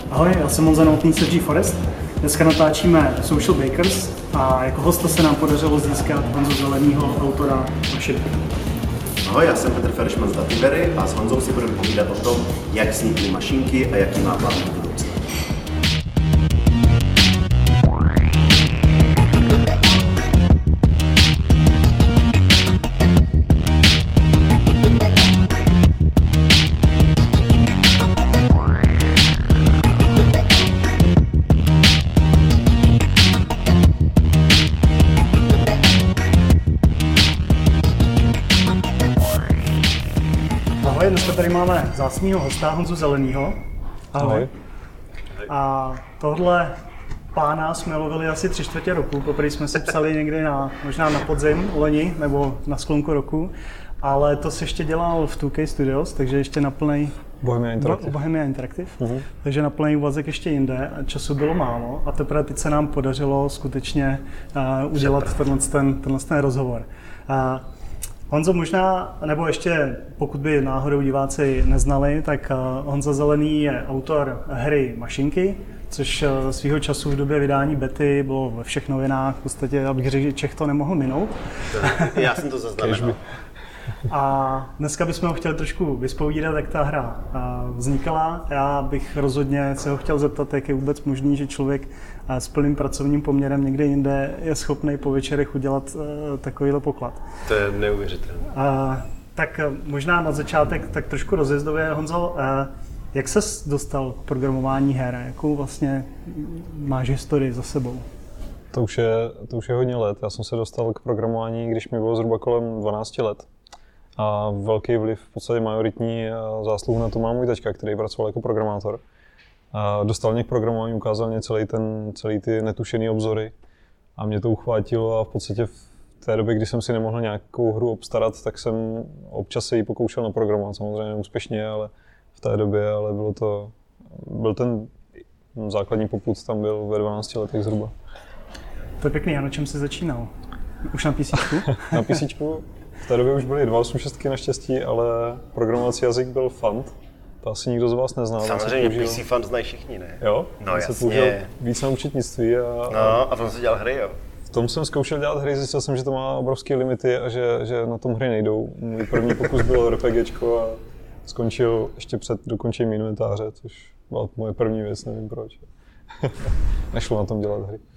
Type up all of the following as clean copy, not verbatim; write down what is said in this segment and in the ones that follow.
Ahoj, já jsem Honza Novotný z G-Forest. Dneska natáčíme Social Bakers a jako hosta se nám podařilo získat Honzu Zelenýho, autora mašiny. Ahoj, já jsem Petr Feršman z Datibery a s Honzou si budeme povídat o tom, jak vznikly mašinky a jaký má plán do budoucna. Dneska tady máme vzácného hosta Honzu Zelenýho. Ahoj. A tohle pána jsme lovili asi 3/4 roku, poprvé jsme si psali někdy možná na podzim loni nebo na sklonku roku, ale to se ještě dělal v 2K Studios, takže ještě na plnej Bohemia Interactive, takže na plný úvazek ještě jinde, času bylo málo a teprve teď se nám podařilo skutečně udělat tenhle rozhovor. Honzo možná, nebo ještě pokud by náhodou diváci neznali, tak Honza Zelený je autor hry Mašinky, což svýho času v době vydání bety bylo ve všech novinách, v podstatě, abych řekl, že Čech to nemohl minout. Já jsem to zaznamenal. A dneska bychom ho chtěli trošku vyspovídat, jak ta hra vznikala. Já bych rozhodně se ho chtěl zeptat, jak je vůbec možný, že člověk s plným pracovním poměrem někde jinde je schopný po večerech udělat takovýhle poklad. To je neuvěřitelné. Tak možná na začátek tak trošku rozjezdově, Honzo, jak ses dostal k programování her? Jakou vlastně máš historii za sebou? To už je hodně let. Já jsem se dostal k programování, když mi bylo zhruba kolem 12 let. A velký vliv, v podstatě majoritní zásluhu na to má můj taťka, který pracoval jako programátor. A dostal mě k programování, ukázal mě celý ty netušený obzory a mě to uchvátilo a v podstatě v té době, kdy jsem si nemohl nějakou hru obstarat, tak jsem občas se jí pokoušel naprogramovat, samozřejmě úspěšně, ale v té době, ale byl ten základní popud tam byl ve 12 letech zhruba. To je pěkný, a na čem jsi začínal? Už na PCčku? Na PCčku. V té době už byly 286 naštěstí, ale programovací jazyk byl Fant. To asi nikdo z vás nezná. Samozřejmě PC Fant znají všichni, ne? Jo? No se použil víc na účetnictví. A v tom se dělal hry, jo? V tom jsem zkoušel dělat hry, zjistil jsem, že to má obrovské limity a že na tom hry nejdou. Můj první pokus byl RPGčko a skončil ještě před dokončením inventáře, což byla moje první věc, nevím proč. Nešlo na tom dělat hry.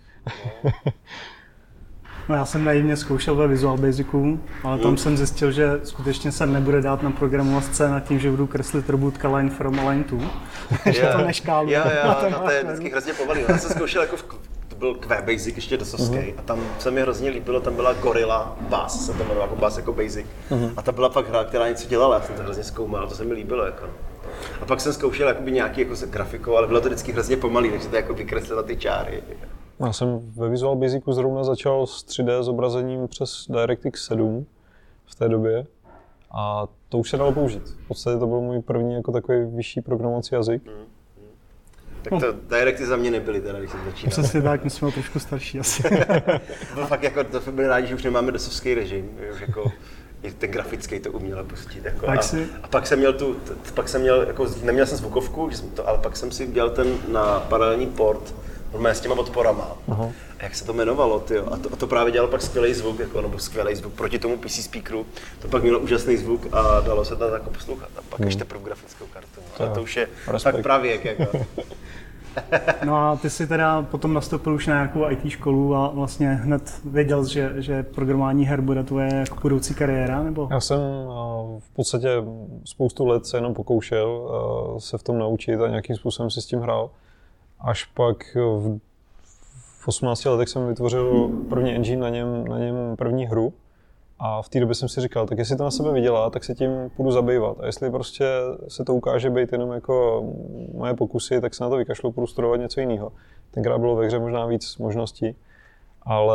No, já jsem naivně zkoušel ve Visual Basicu, ale tam jsem zjistil, že skutečně se nebude dát na programovačce nad tím, že budu kreslit robůtka line from a line to. Že to neškáluje. Jo, to je vždycky hrozně pomalý. Já jsem zkoušel jako to byl QBasic ještě dosovský a tam se mi hrozně líbilo, tam byla Gorilla Bass, se to jmenovalo jako Bass jako Basic. A ta byla fakt hra, která něco dělala, já jsem to hrozně zkoumal, to se mi líbilo. Jako. A pak jsem zkoušel nějaký jako grafikou, ale bylo to vždycky hrozně pomalý, takže to jako vykreslilo ty čáry. Já jsem ve Visual Basicu zrovna začal s 3D zobrazením přes DirectX 7 v té době a to už se dalo použít. V podstatě to byl můj první jako takový vyšší programovací jazyk. Tak to DirectX za mě nebyly teda, když jsem začínal. Přesně tak, my jsme trošku starší asi. Byl fakt jako, to byli rádi, že už nemáme dosovský režim, už jako ten grafický to uměl pustit. Jako. A pak jsem měl jako, neměl jsem zvukovku, ale pak jsem si udělal ten na paralelní port, s těma odporama. Aha. A jak se to jmenovalo, tyjo. A to právě dělalo pak skvělý zvuk, nebo skvělý zvuk proti tomu PC speakeru. To pak mělo úžasný zvuk a dalo se to jako poslouchat. A pak ještě pro grafickou kartu. Ale to už je tak pravěk. Jako. No a ty jsi teda potom nastoupil už na nějakou IT školu a vlastně hned věděl, že programování her bude tvoje jako budoucí kariéra, nebo? Já jsem v podstatě spoustu let se jenom pokoušel se v tom naučit a nějakým způsobem si s tím hrál. Až pak v 18 letech jsem vytvořil první engine, na něm první hru a v té době jsem si říkal, tak jestli to na sebe vydělá, tak se tím půjdu zabývat a jestli prostě se to ukáže být jenom jako moje pokusy, tak se na to vykašlu, půjdu studovat něco jiného. Tenkrát bylo ve hře možná víc možností, ale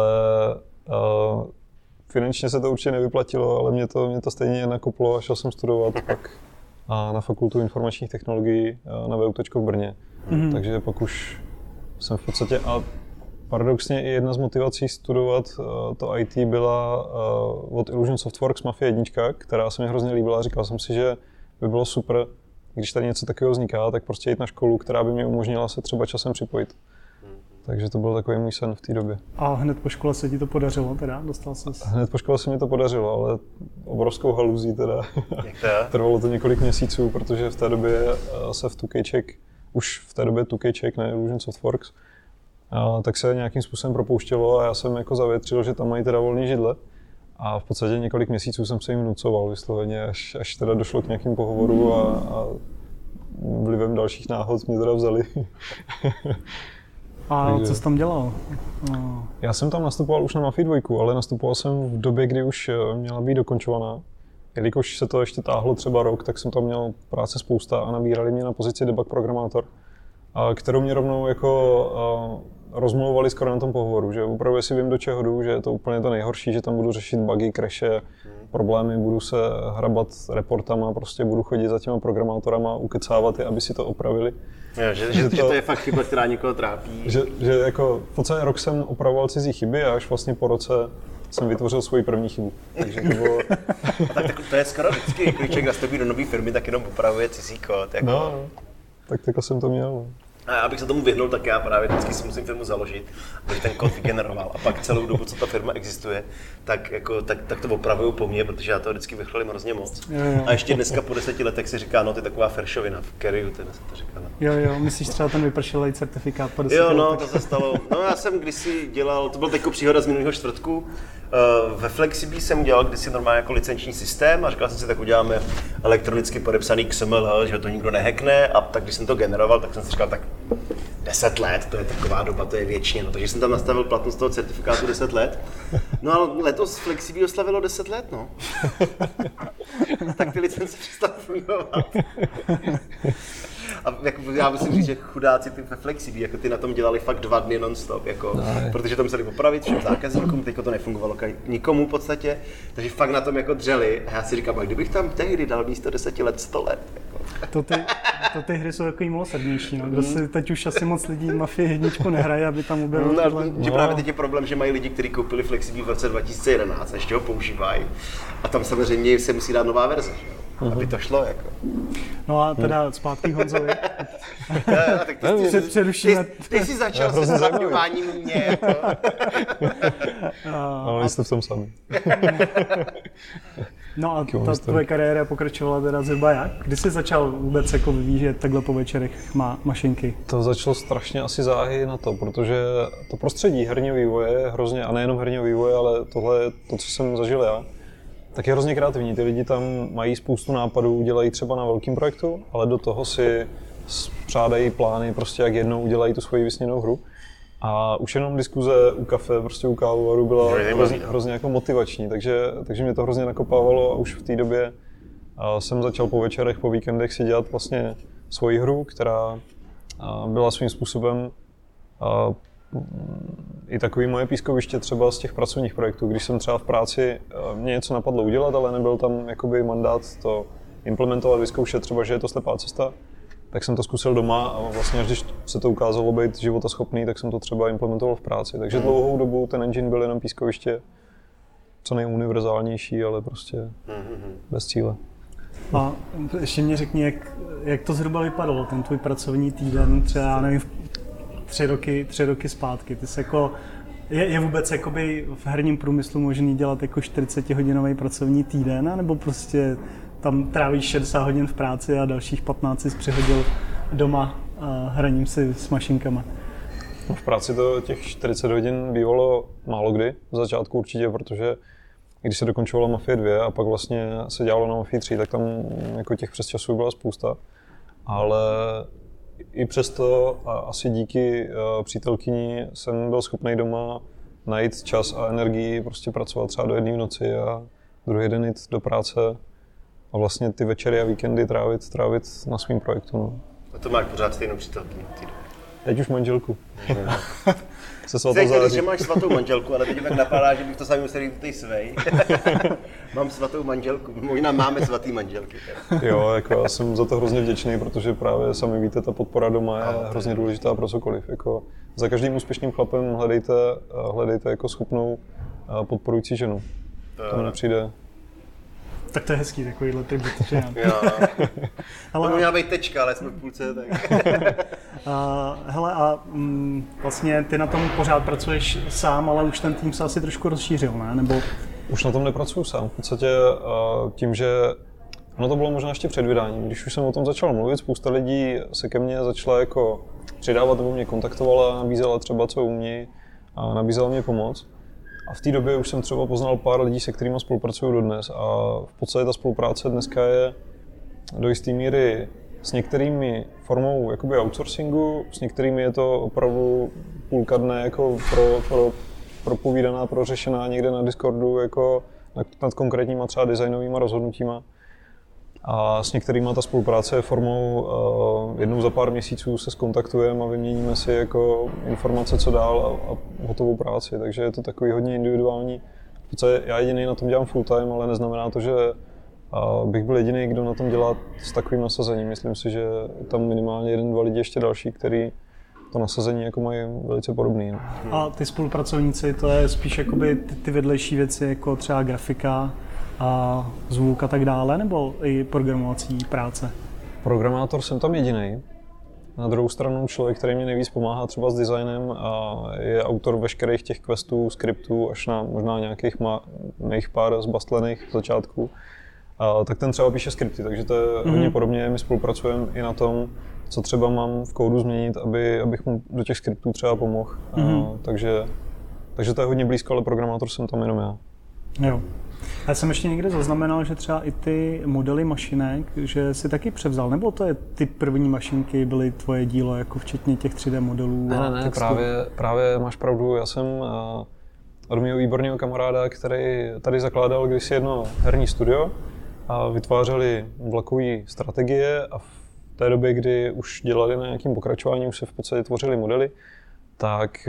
finančně se to určitě nevyplatilo, ale mě to stejně nakoplo a šel jsem studovat pak na Fakultu informačních technologií na VUT v Brně. Takže pak už jsem v podstatě, a paradoxně i jedna z motivací studovat to IT byla od Illusion Softworks Mafia 1, která se mi hrozně líbila a říkal jsem si, že by bylo super když tady něco takového vzniká, tak prostě jít na školu, která by mě umožnila se třeba časem připojit. Takže to byl takový můj sen v té době. A hned po škole se ti to podařilo teda? Dostal ses? Hned po škole se mi to podařilo, ale obrovskou haluzí teda. Trvalo to několik měsíců, protože v té době se v 2K už v té době 2K ne Illusion Softworks, tak se nějakým způsobem propouštělo a já jsem jako zavětřil, že tam mají teda volný židle. A v podstatě několik měsíců jsem se jim nucoval vysloveně, až teda došlo k nějakým pohovoru a vlivem dalších náhod mě teda vzali. A takže... co jsi tam dělal? Já jsem tam nastupoval už na Mafii 2, ale nastupoval jsem v době, kdy už měla být dokončovaná. Jelikož se to ještě táhlo třeba rok, tak jsem tam měl práce spousta a nabírali mě na pozici debug programátor, kterou mě rovnou jako rozmlouvali skoro na tom pohovoru, že opravdu si vím, do čeho jdu, že je to úplně to nejhorší, že tam budu řešit bugy, crashe, problémy, budu se hrabat reportama, prostě budu chodit za těma programátorama, ukecávat je, aby si to opravili. Jo, že to je fakt chyba, která někoho trápí. Že jako po celý rok jsem opravoval cizí chyby a až vlastně po roce jsem vytvořil svoji první chybu. Takže to bylo... tak to je skoro vždycky, když člověk nastoupí do nové firmy, tak jenom upravuje cizí kód. Jako... No, tak jsem to měl. A abych se tomu vyhnul, tak já právě vždycky si musím firmu založit, abych ten kód vygeneroval. A pak celou dobu, co ta firma existuje, tak to opravuju po mně, protože já to vždycky vychrlím hrozně moc. Jo. A ještě dneska po 10 letech si říká, no, ty taková feršovina v Carryu, ten se to říká. Jo, myslíš třeba ten vypršelý certifikát po 10 letech? Jo, no, letech. to se stalo. No, já jsem kdysi dělal, to byl taková příhoda z minulého čtvrtku. Ve Flexibí jsem dělal kdysi normálně jako licenční systém a říkal jsem si, tak uděláme elektronicky podepsaný XML, že to nikdo nehackne, a tak když jsem to generoval, tak jsem si říkal, tak 10 let, to je taková doba, to je věčně, no, takže jsem tam nastavil platnost toho certifikátu 10 let. No ale letos Flexibí oslavilo 10 let, no. Tak ty licence přestaly fungovat. A jako, já musím říct, že chudáci ty ve Flexibí, jako ty na tom dělali fakt 2 dny non-stop, jako, protože to museli opravit všem zákazníkům, teďko to nefungovalo nikomu v podstatě, takže fakt na tom jako dřeli. A já si říkám, a kdybych tam tehdy dal místo 10 let 100 let. Jako. To ty hry jsou takový milosrdnější, no. Kdo si teď už asi moc lidí Mafii 1 nehraje, aby tam objevil že právě teď je problém, že mají lidi, kteří koupili Flexibí v roce 2011 a ještě ho používají. A tam samozřejmě se musí dát nová verze, že? Aby to šlo, jako. No a teda zpátky Honzovi. Ty jsi začal se zraňováním mě, jako. Ale jste v tom sami. No a ta tvoje kariéra pokračovala teda zhruba jak? Kdy jsi začal vůbec jako vyvíjet takhle po večerech mašinky? To začalo strašně asi záhy na to, protože to prostředí herního vývoje je hrozně, a nejenom herního vývoje, ale tohle je to, co jsem zažil já, tak je hrozně kreativní. Ty lidi tam mají spoustu nápadů, dělají třeba na velkém projektu, ale do toho si spřádají plány, prostě jak jednou udělají tu svoji vysněnou hru. A už jenom diskuze u kafe, prostě u kávovaru byla hrozně jako motivační, takže mě to hrozně nakopávalo a už v té době jsem začal po večerech, po víkendech si dělat vlastně svoji hru, která byla svým způsobem i takový moje pískoviště třeba z těch pracovních projektů, když jsem třeba v práci mě něco napadlo udělat, ale nebyl tam jakoby mandát to implementovat, vyzkoušet třeba, že je to slepá cesta, tak jsem to zkusil doma a vlastně až když se to ukázalo být životaschopný, tak jsem to třeba implementoval v práci. Takže dlouhou dobu ten engine byl jenom pískoviště, co nejuniverzálnější, ale prostě bez cíle. A ještě mě řekni, jak to zhruba vypadalo, ten tvůj pracovní týden, třeba, já nevím, 3 roky zpátky. Ty jsi jako, je vůbec jakoby v herním průmyslu možný dělat jako 40-hodinový pracovní týden, nebo prostě tam trávíš 60 hodin v práci a dalších 15 jsi přihodil doma hraním si s mašinkama? No, v práci to těch 40 hodin bývalo málo kdy, v začátku určitě, protože když se dokončovala Mafie 2 a pak vlastně se dělalo na Mafii 3, tak tam jako těch přesčasů byla spousta. Ale i přesto a asi díky přítelkyni jsem byl schopný doma najít čas a energii, prostě pracovat třeba do 1 v noci a druhý den jít do práce a vlastně ty večery a víkendy trávit na svým projektu. No. A to máš pořád stejnou přítelkyni? Teď už manželku. Se svatou září. Že máš svatou manželku, ale teď tak napadá, že bych to sami musel jít do té svej. Mám svatou manželku, možná máme svatý manželky. Jo, jako já jsem za to hrozně vděčný, protože právě sami víte, ta podpora doma je hrozně důležitá pro cokoliv. Jako za každým úspěšným chlapem hledejte jako schopnou podporující ženu. To mi přijde Tak to je hezký, takovýhle tribut, že já. Jo. To by měla být tečka, ale jsme v půlce, tak. Vlastně ty na tom pořád pracuješ sám, ale už ten tým se asi trošku rozšířil, ne? Nebo... Už na tom nepracuju sám. V podstatě tím, že ono to bylo možná ještě před vydáním. Když už jsem o tom začal mluvit, spousta lidí se ke mně začala jako přidávat nebo mě kontaktovala, nabízela třeba, co umí a nabízela mě pomoc. A v té době už jsem třeba poznal pár lidí, se kterými spolupracuju dodnes. A v podstatě ta spolupráce dneska je do jisté míry s některými formou jakoby outsourcingu, s některými je to opravdu půlka dne jako propovídaná, prořešená někde na Discordu jako nad konkrétníma třeba designovýma rozhodnutíma. A s některýma ta spolupráce je formou jednou za pár měsíců se skontaktujeme a vyměníme si jako informace, co dál a hotovou práci. Takže je to takový hodně individuální. V podstatě já jediný na tom dělám full time, ale neznamená to, že bych byl jediný, kdo na tom dělá s takovým nasazením. Myslím si, že tam minimálně 1-2 lidi ještě další, který to nasazení jako mají velice podobný. A ty spolupracovníci, to je spíš jakoby ty vedlejší věci, jako třeba grafika a zvuk a tak dále, nebo i programovací práce? Programátor jsem tam jediný. Na druhou stranu člověk, který mě nejvíc pomáhá třeba s designem a je autor veškerých těch questů, skriptů, až na možná nějakých mých pár zbastlených začátků, tak ten třeba píše skripty, takže to je hodně podobně. My spolupracujeme i na tom, co třeba mám v kódu změnit, abych mu do těch skriptů třeba pomohl. Takže to je hodně blízko, ale programátor jsem tam jenom já. Jo. Já jsem ještě někde zaznamenal, že třeba i ty modely mašinek, že si taky převzal, nebo to je ty první mašinky byly tvoje dílo, jako včetně těch 3D modelů a Ne, právě máš pravdu. Já jsem od mého výborného kamaráda, který tady zakládal kdysi jedno herní studio a vytvářeli vlakové strategie a v té době, kdy už dělali na nějakém pokračování, už se v podstatě tvořili modely, tak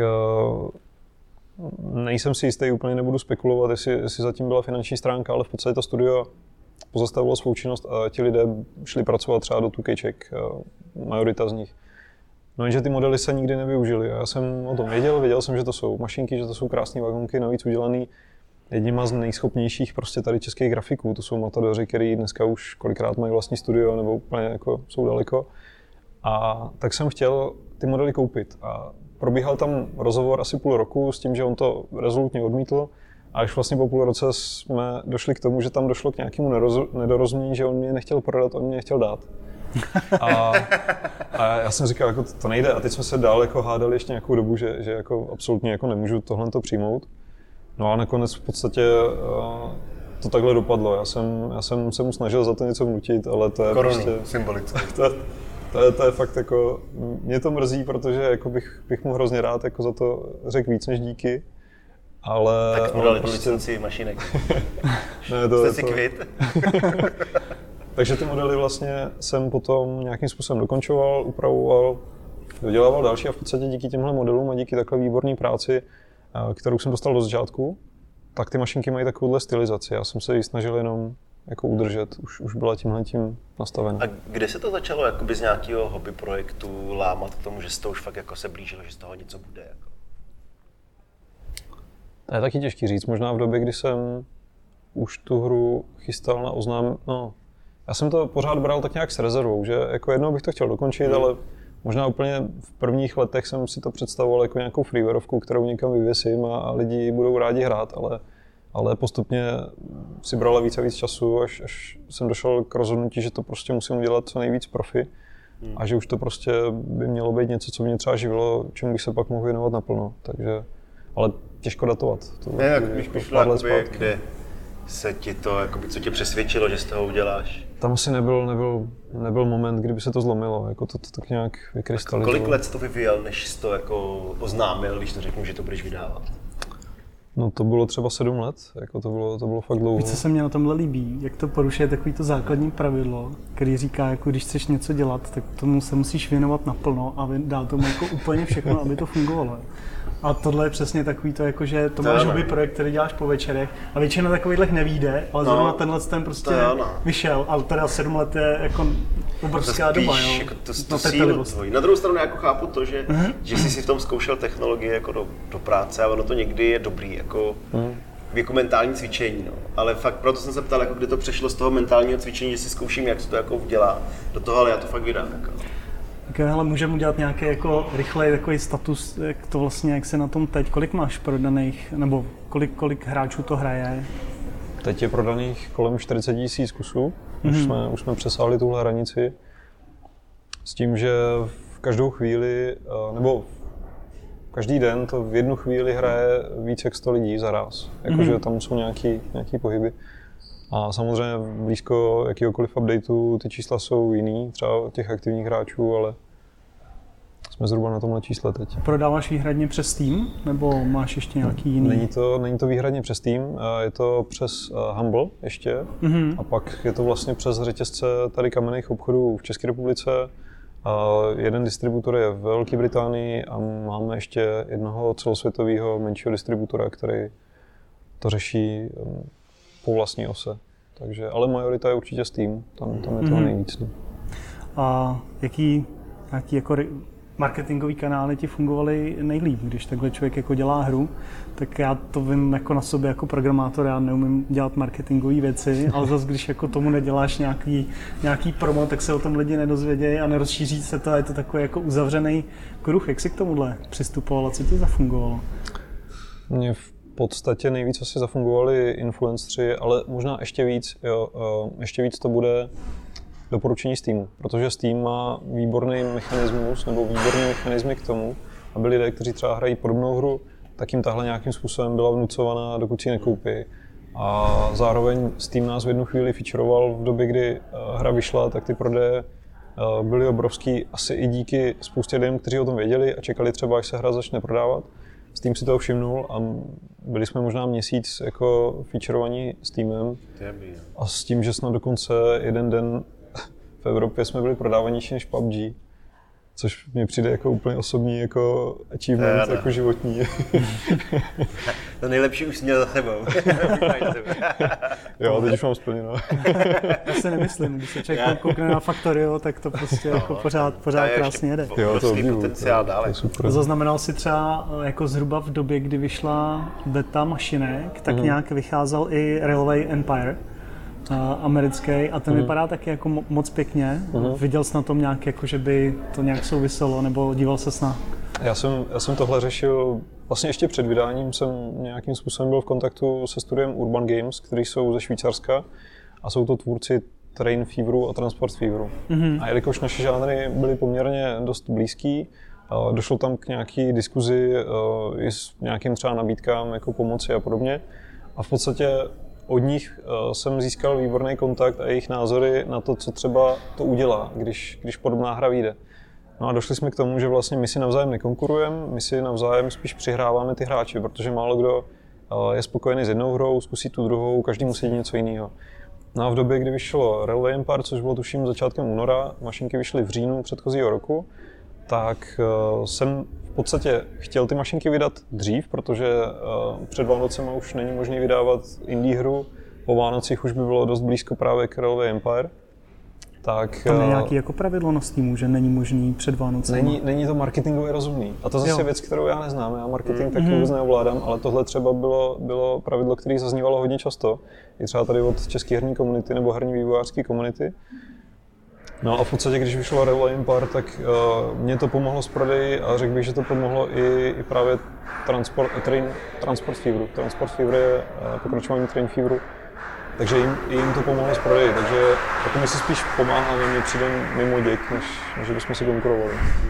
nejsem si jistý, úplně nebudu spekulovat, jestli zatím byla finanční stránka, ale v podstatě to studio pozastavilo svou činnost a ti lidé šli pracovat třeba do tukejček, majorita z nich. No jenže ty modely se nikdy nevyužily. Já jsem o tom věděl jsem, že to jsou mašinky, že to jsou krásné vagonky, navíc udělaný jedněma z nejschopnějších prostě tady českých grafiků. To jsou matadoři, kteří dneska už kolikrát mají vlastní studio nebo úplně jako jsou daleko. A tak jsem chtěl ty modely koupit. A probíhal tam rozhovor asi půl roku s tím, že on to rezolutně odmítl. A až vlastně po půl roce jsme došli k tomu, že tam došlo k nějakému nedorozumění, že on mě nechtěl prodat, on mě nechtěl dát. A já jsem říkal, jako to nejde. A teď jsme se dál jako hádali ještě nějakou dobu, že jako absolutně jako nemůžu tohle to přijmout. No a nakonec v podstatě to takhle dopadlo. Já jsem se mu snažil za to něco vnutit, ale to je korunu, prostě symbolicky. To je fakt jako, mě to mrzí, protože jako bych mu hrozně rád jako za to řekl víc než díky. Ale tak mu dali prostě licenci mašinek. Ne, jste si kvit. Takže ty modely vlastně jsem potom nějakým způsobem dokončoval, upravoval, dodělával další a v podstatě díky těmhle modelům a díky takhle výborné práci, kterou jsem dostal do začátku, tak ty mašinky mají takovouhle stylizaci. Já jsem se ji snažil jenom jako udržet, už byla tímhletím nastavená. A kde se to začalo jakoby z nějakého hobby projektu lámat k tomu, že se to už fakt jako se blížilo, že z toho něco bude? Jako? To je taky těžký říct. Možná v době, kdy jsem už tu hru chystal na oznámení. No, já jsem to pořád bral tak nějak s rezervou, že jako jednou bych to chtěl dokončit, ale možná úplně v prvních letech jsem si to představoval jako nějakou freewareovku, kterou někam vyvěsím a lidi budou rádi hrát, ale postupně si brala víc a víc času, až jsem došel k rozhodnutí, že to prostě musím udělat co nejvíc profi a že už to prostě by mělo být něco, co mě třeba živilo, čemu bych se pak mohl věnovat naplno, takže, ale těžko datovat. Ne, jak bych přišla, kde se ti to, jakoby, co tě přesvědčilo, že z toho uděláš? Tam asi nebyl moment, kdyby se to zlomilo, jako to tak nějak vykrystalizovalo. Kolik let jsi to vyvíjel, než jsi to jako oznámil, když to řeknu, že to budeš vydávat? No to bylo třeba 7 let, jako to bylo fakt dlouho. Víc, co se mně na tomhle líbí, jak to porušuje takovýto základní pravidlo, který říká, jako když chceš něco dělat, tak tomu se musíš věnovat naplno a dát tomu jako úplně všechno, aby to fungovalo. A tohle je přesně takový to, jako, že to máš hobby projekt, který děláš po večerech a většina takovýchhle nevyjde, ale zrovna tenhle ten prostě vyšel, ale teda 7 let je jako obrovská doba, jo. Jako to sílu tvojí. Na druhou stranu jako chápu to, že jsi si v tom zkoušel technologie jako do práce a ono to někdy je dobrý, jako jako mentální cvičení, no. Ale fakt proto jsem se ptal, jako kdy to přešlo z toho mentálního cvičení, že si zkouším, jak se to jako dělá do toho, ale já to fakt vydám. Jako. Tak hele, můžeme udělat nějaký jako rychlej takový status, jak to vlastně, jak se na tom teď, kolik máš prodaných, nebo kolik hráčů to hraje? Teď je prodaných kolem 40 000 kusů, už jsme přesáhli tuhle hranici, s tím, že v každou chvíli, nebo každý den to v jednu chvíli hraje víc jak 100 lidí za raz, jakože tam jsou nějaký pohyby. A samozřejmě blízko jakýhokoliv updateu ty čísla jsou jiný, třeba těch aktivních hráčů, ale jsme zhruba na tomhle čísle teď. Prodáváš výhradně přes Steam, nebo máš ještě nějaký jiný? Není to výhradně přes Steam, je to přes Humble ještě a pak je to vlastně přes řetězce tady kamenných obchodů v České republice. Jeden distributor je v Velké Británii a máme ještě jednoho celosvětového menšího distributora, který to řeší po vlastní ose. Takže, ale majorita je určitě Steam, tam je toho nejvíc. A jaký jako marketingový kanály ti fungovaly nejlíp, když takhle člověk jako dělá hru, tak já to vím jako na sobě jako programátor, já neumím dělat marketingové věci, ale zase když jako tomu neděláš nějaký promo, tak se o tom lidi nedozvědějí a nerozšíří se to a je to takový jako uzavřený kruh. Jak jsi k tomuhle přistupoval a co ti zafungovalo? Mně v podstatě nejvíc asi zafungovali influenceři, ale možná ještě víc to bude doporučení Steamu, protože Steam má výborný mechanismus nebo výborný mechanismy k tomu, aby lidé, kteří třeba hrají podobnou hru, tak jim tahle nějakým způsobem byla vnucovaná, dokud si ji nekoupí. A zároveň Steam nás v jednu chvíli featuroval v době, kdy hra vyšla, tak ty prodeje byly obrovský, asi i díky spoustě lidem, kteří o tom věděli a čekali třeba, až se hra začne prodávat. Steam si toho všimnul a byli jsme možná měsíc jako featurovaní Steamem a s tím, že snad dokonce jeden den v Evropě jsme byli prodávanější než PUBG, což mně přijde jako úplně osobní jako achievement, jako životní. To nejlepší už jsi měl za sebou. Jo, teď už mám splněno. Já si nemyslím, když se člověk koukne na Factorio, tak to prostě jako pořád krásně jede. Jo, to obdivuji, potenciál dále. Zaznamenal si třeba jako zhruba v době, kdy vyšla beta mašinek, tak nějak vycházel i Railway Empire americký a ten vypadá taky jako moc pěkně. Viděl jsi na tom nějak, jako, že by to nějak souviselo, nebo díval ses na? Já jsem tohle řešil, vlastně ještě před vydáním jsem nějakým způsobem byl v kontaktu se studiem Urban Games, kteří jsou ze Švýcarska a jsou to tvůrci Train Feveru a Transport Feveru. A jelikož naše žánry byly poměrně dost blízký, došlo tam k nějaký diskuzi i s nějakým třeba nabídkám jako pomoci a podobně. A v podstatě od nich jsem získal výborný kontakt a jejich názory na to, co třeba to udělá, když podobná hra vyjde. No a došli jsme k tomu, že vlastně my si navzájem nekonkurujeme, my si navzájem spíš přihráváme ty hráče, protože málo kdo je spokojený s jednou hrou, zkusí tu druhou, každý musí jít něco jiného. No a v době, kdy vyšlo Railway Empire, což bylo tuším začátkem února, mašinky vyšly v říjnu předchozího roku, tak jsem v podstatě chtěl ty mašinky vydat dřív, protože před Vánocema už není možné vydávat indie hru, po Vánocích už by bylo dost blízko právě k Railway Empire. Tak, tam je nějaký jako pravidlo na Steamu, že není možný před Vánocem? Není to marketingově rozumný. A to zase je věc, kterou já neznám. Já marketing taky vůbec neovládám, ale tohle třeba bylo pravidlo, které zaznívalo hodně často. I třeba tady od české herní komunity nebo herní vývojářské komunity. No a v podstatě, když vyšlo Railway Empire, tak mě to pomohlo s prodeji a řekl bych, že to pomohlo i právě Transport Feveru. Transport Fever je pokračování Train Feveru. Takže jim to pomohlo s prodeji, takže jako my si spíš pomáháme, mě přijde mimo děk, než bychom si konkurovali.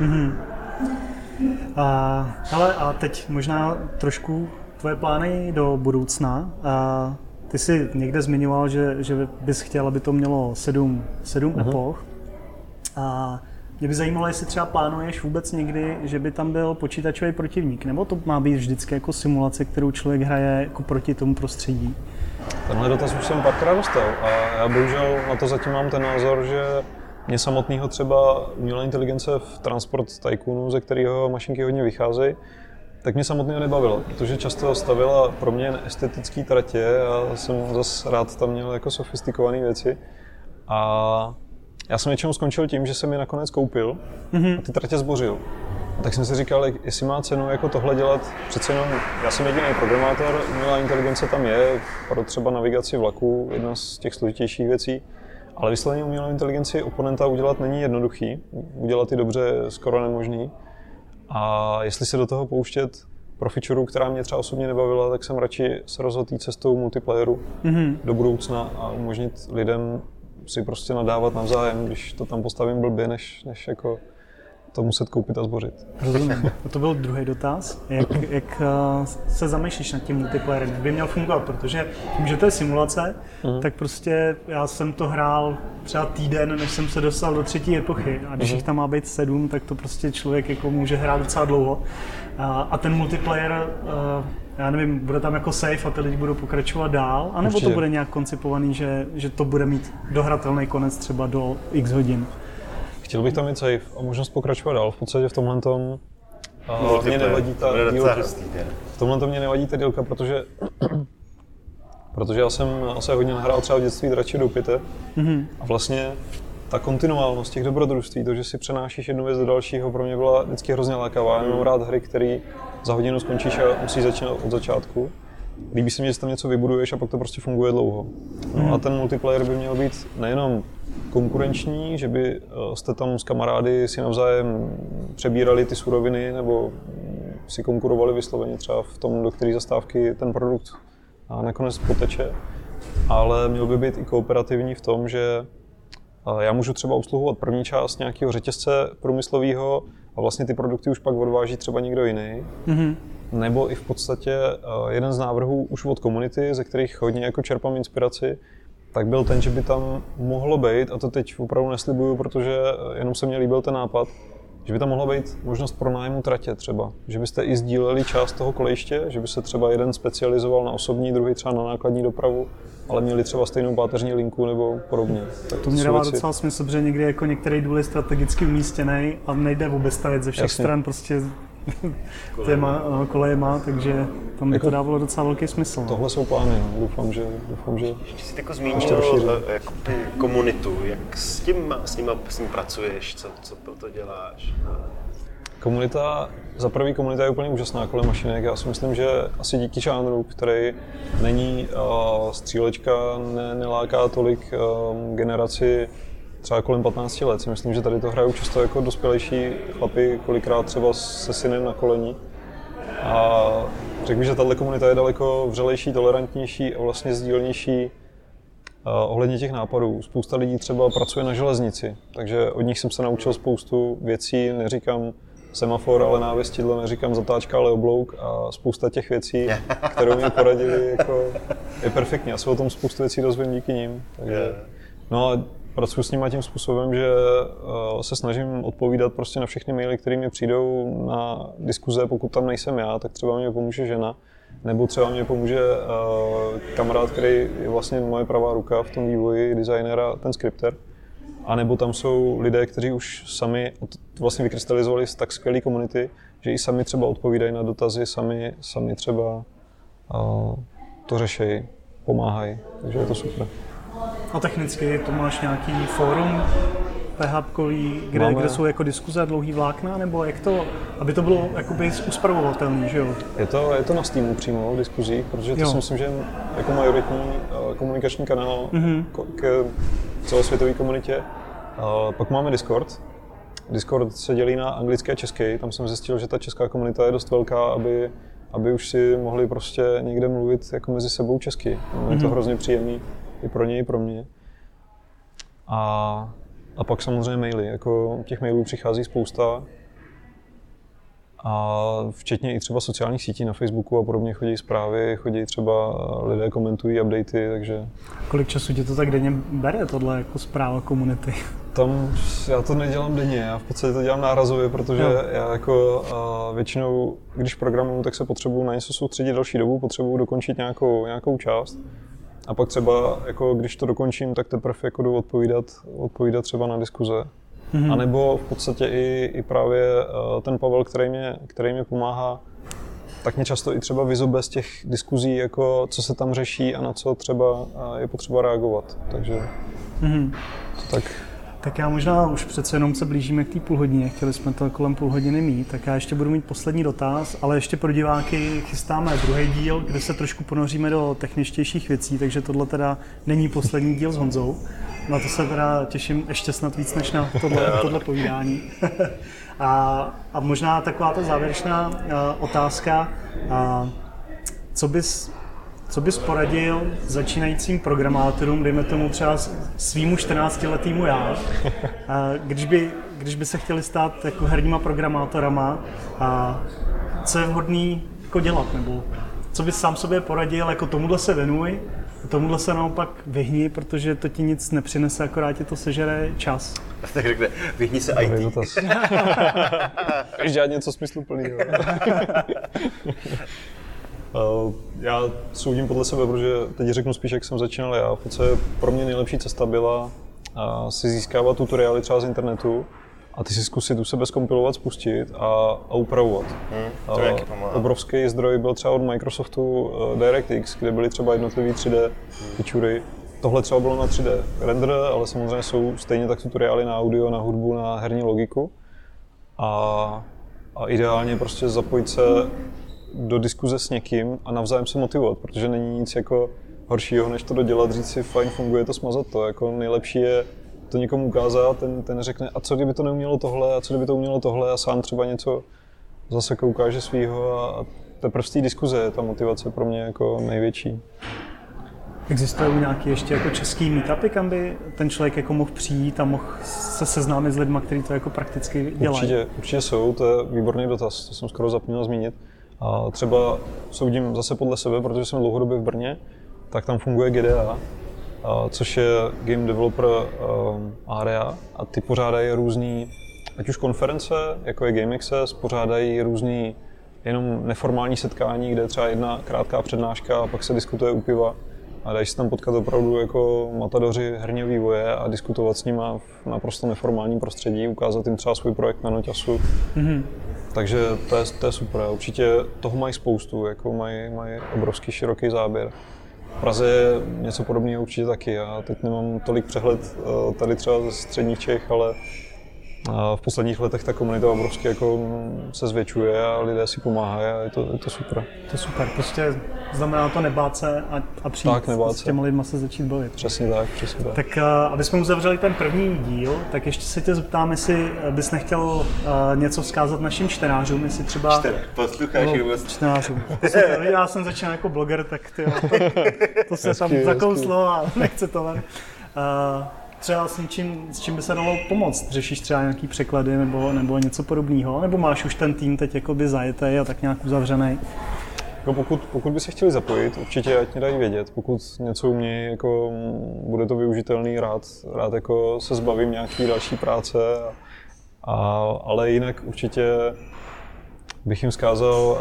A teď možná trošku tvoje plány do budoucna. Ty jsi někde zmiňoval, že bys chtěl, aby to mělo 7 epoch. A mě by zajímalo, jestli třeba plánuješ vůbec někdy, že by tam byl počítačový protivník, nebo to má být vždycky jako simulace, kterou člověk hraje jako proti tomu prostředí? Tenhle dotaz už jsem párkrát dostal a já bohužel na to zatím mám ten názor, že mě samotného třeba umělá inteligence v Transport Tycoonu, ze kterého mašinky hodně vycházejí, tak mě samotného nebavilo, protože často stavila pro mě estetické tratě a jsem zase rád tam měl jako sofistikované věci. A já jsem většinou skončil tím, že jsem je nakonec koupil a ty tratě zbořil. Tak jsem si říkal, jestli má cenu jako tohle dělat, přece jenom, já jsem jediný programátor, umělá inteligence tam je, pro třeba navigaci vlaku, jedna z těch složitějších věcí, ale vysloveně umělou inteligenci oponenta udělat není jednoduchý, udělat ji dobře skoro nemožný. A jestli se do toho pouštět pro feature, která mě třeba osobně nebavila, tak jsem radši se rozhodl jít cestou multiplayeru do budoucna a umožnit lidem si prostě nadávat navzájem, když to tam postavím blbě, než jako to muset koupit a zbořit. Rozumím. To byl druhý dotaz. Jak se zamýšlíš nad tím multiplayerem? Jak by měl fungovat? Protože tím, že to je simulace, tak prostě já jsem to hrál třeba týden, než jsem se dostal do třetí epochy. A když jich tam má být 7, tak to prostě člověk jako může hrát docela dlouho. A ten multiplayer, já nevím, bude tam jako safe a ty lidi budou pokračovat dál? A nebo to bude nějak koncipovaný, že to bude mít dohratelný konec třeba do x hodin? Chtěl bych tam mít safe a možnost pokračovat dál. V podstatě v tomhle tom mě nevadí ta dílka. V tomhle tom mě nevadí ta dílka, protože já jsem se hodně nahrál třeba v dětství drače do Pite a vlastně ta kontinuálnost těch dobrodružství, to, že si přenášíš jednu věc do dalšího, pro mě byla vždycky hrozně lákavá. Já mám rád hry, které za hodinu skončíš a musíš začínat od začátku. Líbí se mi, že tam něco vybuduješ a pak to prostě funguje dlouho. No a ten multiplayer by měl být nejenom konkurenční, že by jste tam s kamarády si navzájem přebírali ty suroviny nebo si konkurovali vysloveně třeba v tom, do které zastávky ten produkt a nakonec poteče. Ale měl by být i kooperativní v tom, že já můžu třeba obsluhovat první část nějakého řetězce průmyslového a vlastně ty produkty už pak odváží třeba někdo jiný. Nebo i v podstatě jeden z návrhů už od komunity, ze kterých hodně jako čerpám inspiraci, tak byl ten, že by tam mohlo být, a to teď opravdu neslibuju, protože jenom se mně líbil ten nápad, že by tam mohla být možnost pronájmu tratě třeba. Že byste i sdíleli část toho kolejiště, že by se třeba jeden specializoval na osobní, druhý třeba na nákladní dopravu, ale měli třeba stejnou páteřní linku nebo podobně. Tak to mě dává docela smysl, protože někdy jako některý důl je strategicky umístěný a nejde vůbec stavět ze všech stran prostě kolejema, takže tam by to dávalo docela velký smysl. Tohle jsou plány, no. Doufám, že ještě jsi jako zmínil komunitu, jak s ním pracuješ, co pro to děláš? Komunita je úplně úžasná kolem mašinek. Já si myslím, že asi díky žánru, který není střílečka, neláká tolik generaci třeba kolem 15 let. Si myslím, že tady to hrajou často jako dospělejší chlapi, kolikrát třeba se synem na koleni. A řekl bych, že tato komunita je daleko vřelejší, tolerantnější a vlastně sdílnější ohledně těch nápadů. Spousta lidí třeba pracuje na železnici, takže od nich jsem se naučil spoustu věcí, neříkám semafor, ale návěstidlo, neříkám zatáčka, ale oblouk a spousta těch věcí, kterou mi poradili, jako, je perfektní. Já se o tom spoustu věcí dozvím díky nim. Takže, no a pracuji s nimi tím způsobem, že se snažím odpovídat prostě na všechny maily, které mi přijdou na diskuze, pokud tam nejsem já, tak třeba mě pomůže žena, nebo třeba mě pomůže kamarád, který je vlastně moje pravá ruka v tom vývoji, designer a ten skripter. A nebo tam jsou lidé, kteří už sami vlastně vykrystalizovali z tak skvělé komunity, že i sami třeba odpovídají na dotazy, sami třeba to řešejí, pomáhají, takže je to super. A technicky to máš nějaký fórum PHPkový, kde jsou jako diskuze, dlouhý vlákna, nebo jak to, aby to bylo jakoby uspravovatelný, že jo? Je to na Steamu přímo v diskuzích, protože to si myslím, že je jako majoritní komunikační kanál k celosvětové komunitě. Pak máme Discord. Discord se dělí na anglický a český. Tam jsem zjistil, že ta česká komunita je dost velká, aby už si mohli prostě někde mluvit jako mezi sebou česky. Je to hrozně příjemný i pro ně, i pro mě. A pak samozřejmě maily. Jako těch mailů přichází spousta. A včetně i třeba sociálních sítí na Facebooku a podobně chodí zprávy, chodí třeba lidé komentují updaty, takže... Kolik času tě to tak denně bere, tohle jako zpráva komunity? Já to nedělám denně, já v podstatě to dělám nárazově, protože já jako většinou, když programuju, tak se potřebuju na něco soustředit další dobu, potřebuju dokončit nějakou část. A pak třeba, jako když to dokončím, tak teprve jako jdu odpovídat třeba na diskuze. A nebo v podstatě i právě ten Pavel, který mě pomáhá, tak mě často i třeba vyzobe z těch diskuzí, jako co se tam řeší a na co třeba je potřeba reagovat. Takže tak. Tak já možná už přece jenom se blížíme k té půlhodině, chtěli jsme to kolem půl hodiny mít, tak já ještě budu mít poslední dotaz, ale ještě pro diváky chystáme druhý díl, kde se trošku ponoříme do techničtějších věcí, takže tohle teda není poslední díl s Honzou. Na to se teda těším ještě snad víc než na tohle povídání. A možná taková ta závěrečná otázka, co bys poradil začínajícím programátorům, dejme tomu třeba svýmu 14letýmu já, když by se chtěli stát jako herníma programátorama, co je vhodný jako dělat, nebo co bys sám sobě poradil, jako tomuhle se věnuj, tomuhle se naopak vyhni, protože to ti nic nepřinese, akorát ti to sežere čas. Tak řekne, vyhni se IT. Když dělat něco smysluplného. Já soudím podle sebe, protože teď řeknu spíš, jak jsem začínal já. Pro mě nejlepší cesta byla si získávat tutoriály třeba z internetu a ty si zkusit u sebe zkompilovat, spustit a upravovat. Obrovský zdroj byl třeba od Microsoftu DirectX, kde byly třeba jednotlivý 3D featurey. Tohle třeba bylo na 3D render, ale samozřejmě jsou stejně tak tutoriály na audio, na hudbu, na herní logiku. A ideálně prostě zapojit se do diskuze s někým a navzájem se motivovat, protože není nic jako horšího, než to dodělat, říct si fajn, funguje to, smazat to. Jako nejlepší je to někomu ukázat, ten řekne, a co kdyby to neumělo tohle, a co kdyby to umělo tohle, a sám třeba něco zase ukáže svýho a teprve z té diskuze je ta motivace pro mě jako největší. Existují nějaké ještě jako český meetupy, kam by ten člověk jako mohl přijít a mohl se seznámit s lidmi, kteří to jako prakticky dělají? Určitě jsou, to je výborný dotaz, to jsem skoro zapomněl zmínit. A třeba soudím zase podle sebe, protože jsem dlouhodobě v Brně, tak tam funguje GDA, což je Game Developer Area, a ty pořádají různý, ať už konference, jako je Game Access, pořádají různý jenom neformální setkání, kde je třeba jedna krátká přednáška a pak se diskutuje u piva a dají se tam potkat opravdu jako matadoři herního vývoje a diskutovat s nima v naprosto neformálním prostředí, ukázat jim třeba svůj projekt na Noťasu. Mm-hmm. Takže to je super. Určitě toho mají spoustu, jako mají obrovský široký záběr. V Praze je něco podobného určitě taky. Já teď nemám tolik přehled tady třeba ze středních Čech, ale v posledních letech ta komunita obrovsky jako se zvětšuje a lidé si pomáhají a je to super. To je super, prostě znamená to nebát se a přijít s těma lidma se začít bavit. Přesně tak. Tak aby jsme uzavřeli ten první díl, tak ještě se tě zeptám, jestli bys nechtěl něco vzkázat našim čtenářům, jestli třeba... Posluchači vůbec. Čtenářům. Já jsem začal jako bloger, tak to se tam zakouslo a nechce to ven. Třeba s čím by se dalo pomoct? Řešíš třeba nějaký překlady nebo něco podobného? Nebo máš už ten tým teď jakoby zajetý a tak nějak uzavřený? Pokud by se chtěli zapojit, určitě ať mě dají vědět. Pokud něco umějí, jako bude to využitelný, rád jako se zbavím nějaký další práce. Ale jinak určitě bych jim vzkázal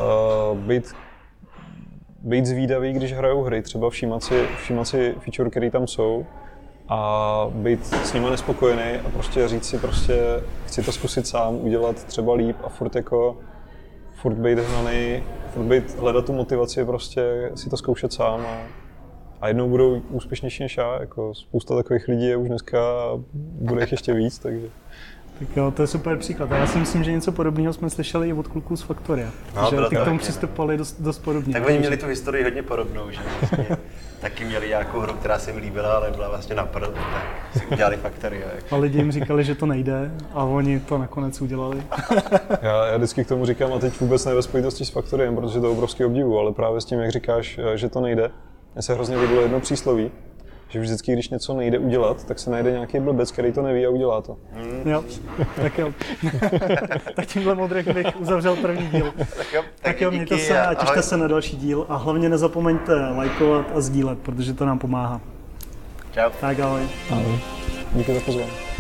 být zvídavý, když hrajou hry, třeba všímat si feature, které tam jsou, a být s nima nespokojený a prostě říct si chci to zkusit sám, udělat třeba líp a furt být hnaný, hledat tu motivaci, prostě si to zkoušet sám a jednou budou úspěšnější než já, jako spousta takových lidí je už dneska a bude jich ještě víc, takže. Tak jo, to je super příklad. A já si myslím, že něco podobného jsme slyšeli i od kluků z Factoria. Že ty k tomu přistupovali dost podobně. Tak oni měli tu historii hodně podobnou, že vlastně taky měli nějakou hru, která se jim líbila, ale byla vlastně na prd, tak si udělali Factoria. A lidi jim říkali, že to nejde a oni to nakonec udělali. Já vždycky k tomu říkám, a teď vůbec ne ve spojitosti s Factoriem, protože to je obrovský obdivu, ale právě s tím, jak říkáš, že to nejde. Mně se hrozně líbilo jedno přísloví, že vždycky, když něco nejde udělat, tak se najde nějaký blbec, který to neví a udělá to. Jo, tak jo. Tak tímhle modrek bych uzavřel první díl. Tak jo, mějte se a těšte se na další díl a hlavně nezapomeňte lajkovat a sdílet, protože to nám pomáhá. Čau. Tak ahoj. Ahoj. Díky za pozvání.